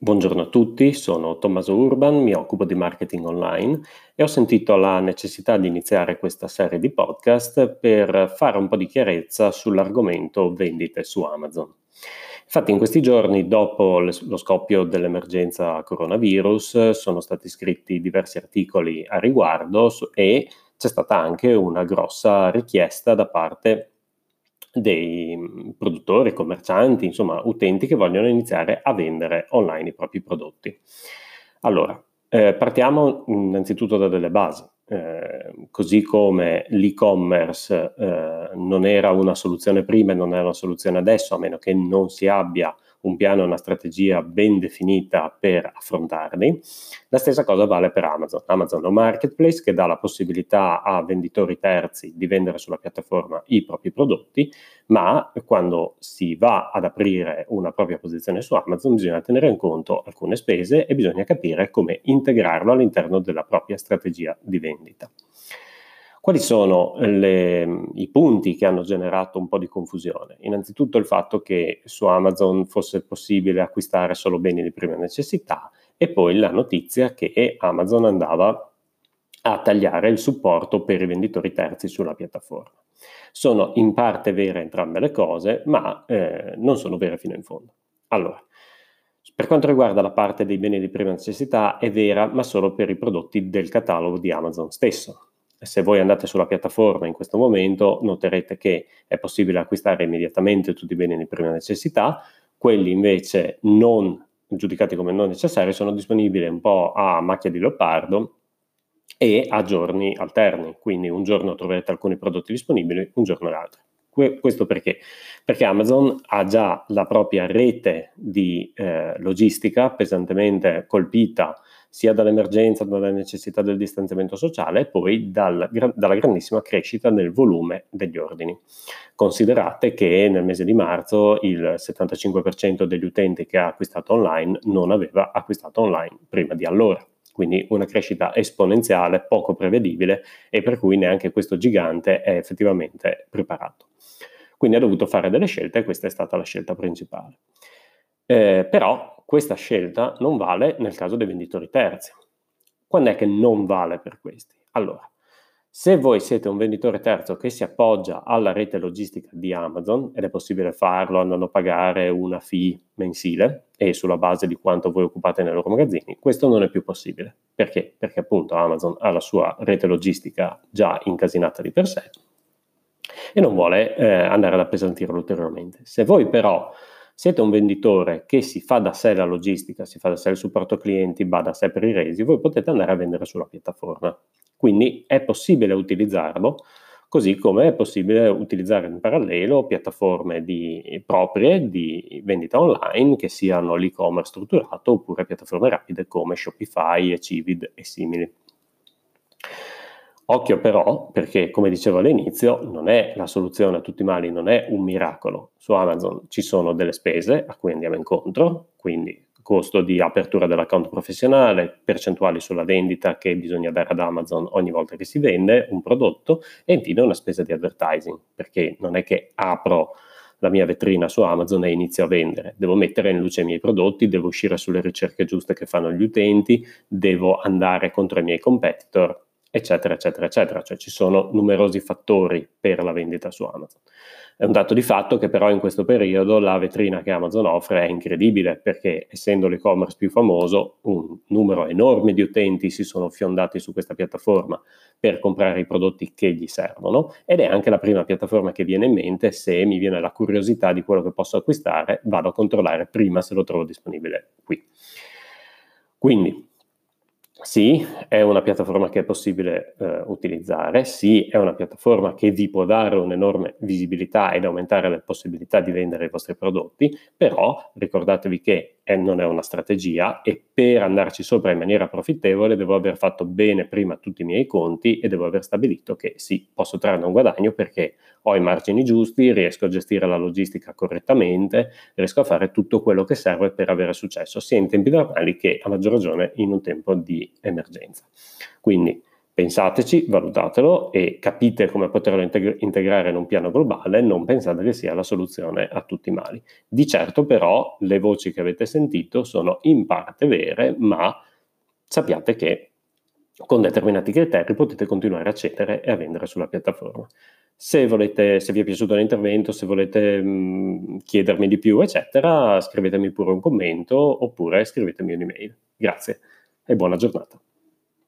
Buongiorno a tutti, sono Tommaso Urban, mi occupo di marketing online e ho sentito la necessità di iniziare questa serie di podcast per fare un po' di chiarezza sull'argomento vendite su Amazon. Infatti in questi giorni, dopo lo scoppio dell'emergenza coronavirus, sono stati scritti diversi articoli a riguardo e c'è stata anche una grossa richiesta da parte dei produttori, commercianti, insomma utenti che vogliono iniziare a vendere online i propri prodotti. Allora, partiamo innanzitutto da delle basi. Così come l'e-commerce non era una soluzione prima e non è una soluzione adesso, a meno che non si abbia un piano e una strategia ben definita per affrontarli. La stessa cosa vale per Amazon. Amazon è un marketplace che dà la possibilità a venditori terzi di vendere sulla piattaforma i propri prodotti, ma quando si va ad aprire una propria posizione su Amazon bisogna tenere in conto alcune spese e bisogna capire come integrarlo all'interno della propria strategia di vendita. Quali sono i punti che hanno generato un po' di confusione? Innanzitutto il fatto che su Amazon fosse possibile acquistare solo beni di prima necessità e poi la notizia che Amazon andava a tagliare il supporto per i venditori terzi sulla piattaforma. Sono in parte vere entrambe le cose, ma non sono vere fino in fondo. Allora, per quanto riguarda la parte dei beni di prima necessità, è vera, ma solo per i prodotti del catalogo di Amazon stesso. Se voi andate sulla piattaforma in questo momento, noterete che è possibile acquistare immediatamente tutti i beni di prima necessità, quelli invece non giudicati come non necessari sono disponibili un po' a macchia di leopardo e a giorni alterni, quindi un giorno troverete alcuni prodotti disponibili, un giorno l'altro. Questo perché? Perché Amazon ha già la propria rete di logistica pesantemente colpita sia dall'emergenza, dalla necessità del distanziamento sociale e poi dalla grandissima crescita del volume degli ordini. Considerate che nel mese di marzo il 75% degli utenti che ha acquistato online non aveva acquistato online prima di allora. Quindi una crescita esponenziale, poco prevedibile e per cui neanche questo gigante è effettivamente preparato. Quindi ha dovuto fare delle scelte e questa è stata la scelta principale. Però questa scelta non vale nel caso dei venditori terzi. Quando è che non vale per questi? Allora, se voi siete un venditore terzo che si appoggia alla rete logistica di Amazon, ed è possibile farlo andando a pagare una fee mensile e sulla base di quanto voi occupate nei loro magazzini, questo non è più possibile. Perché? Perché appunto Amazon ha la sua rete logistica già incasinata di per sé e non vuole andare ad appesantirlo ulteriormente. Se voi però siete un venditore che si fa da sé la logistica, si fa da sé il supporto clienti, va da sé per i resi, voi potete andare a vendere sulla piattaforma. Quindi è possibile utilizzarlo, così come è possibile utilizzare in parallelo piattaforme proprie di vendita online, che siano l'e-commerce strutturato oppure piattaforme rapide come Shopify e Cvid e simili. Occhio però, perché come dicevo all'inizio, non è la soluzione a tutti i mali, non è un miracolo. Su Amazon ci sono delle spese a cui andiamo incontro, quindi costo di apertura dell'account professionale, percentuali sulla vendita che bisogna dare ad Amazon ogni volta che si vende un prodotto e infine una spesa di advertising, perché non è che apro la mia vetrina su Amazon e inizio a vendere, devo mettere in luce i miei prodotti, devo uscire sulle ricerche giuste che fanno gli utenti, devo andare contro i miei competitor, eccetera, eccetera, eccetera. Cioè ci sono numerosi fattori per la vendita su Amazon. È un dato di fatto che però in questo periodo la vetrina che Amazon offre è incredibile perché essendo l'e-commerce più famoso un numero enorme di utenti si sono fiondati su questa piattaforma per comprare i prodotti che gli servono ed è anche la prima piattaforma che viene in mente se mi viene la curiosità di quello che posso acquistare, vado a controllare prima se lo trovo disponibile qui. Quindi sì, è una piattaforma che è possibile utilizzare, sì, è una piattaforma che vi può dare un'enorme visibilità ed aumentare le possibilità di vendere i vostri prodotti, però ricordatevi che non è una strategia e per andarci sopra in maniera profittevole devo aver fatto bene prima tutti i miei conti e devo aver stabilito che sì, posso trarne un guadagno perché ho i margini giusti, riesco a gestire la logistica correttamente, riesco a fare tutto quello che serve per avere successo, sia in tempi normali che a maggior ragione in un tempo di emergenza. Quindi Pensateci, valutatelo e capite come poterlo integrare in un piano globale, non pensate che sia la soluzione a tutti i mali. Di certo però le voci che avete sentito sono in parte vere, ma sappiate che con determinati criteri potete continuare a accedere e a vendere sulla piattaforma. Se vi è piaciuto l'intervento, se volete chiedermi di più, eccetera, scrivetemi pure un commento oppure scrivetemi un'email. Grazie e buona giornata.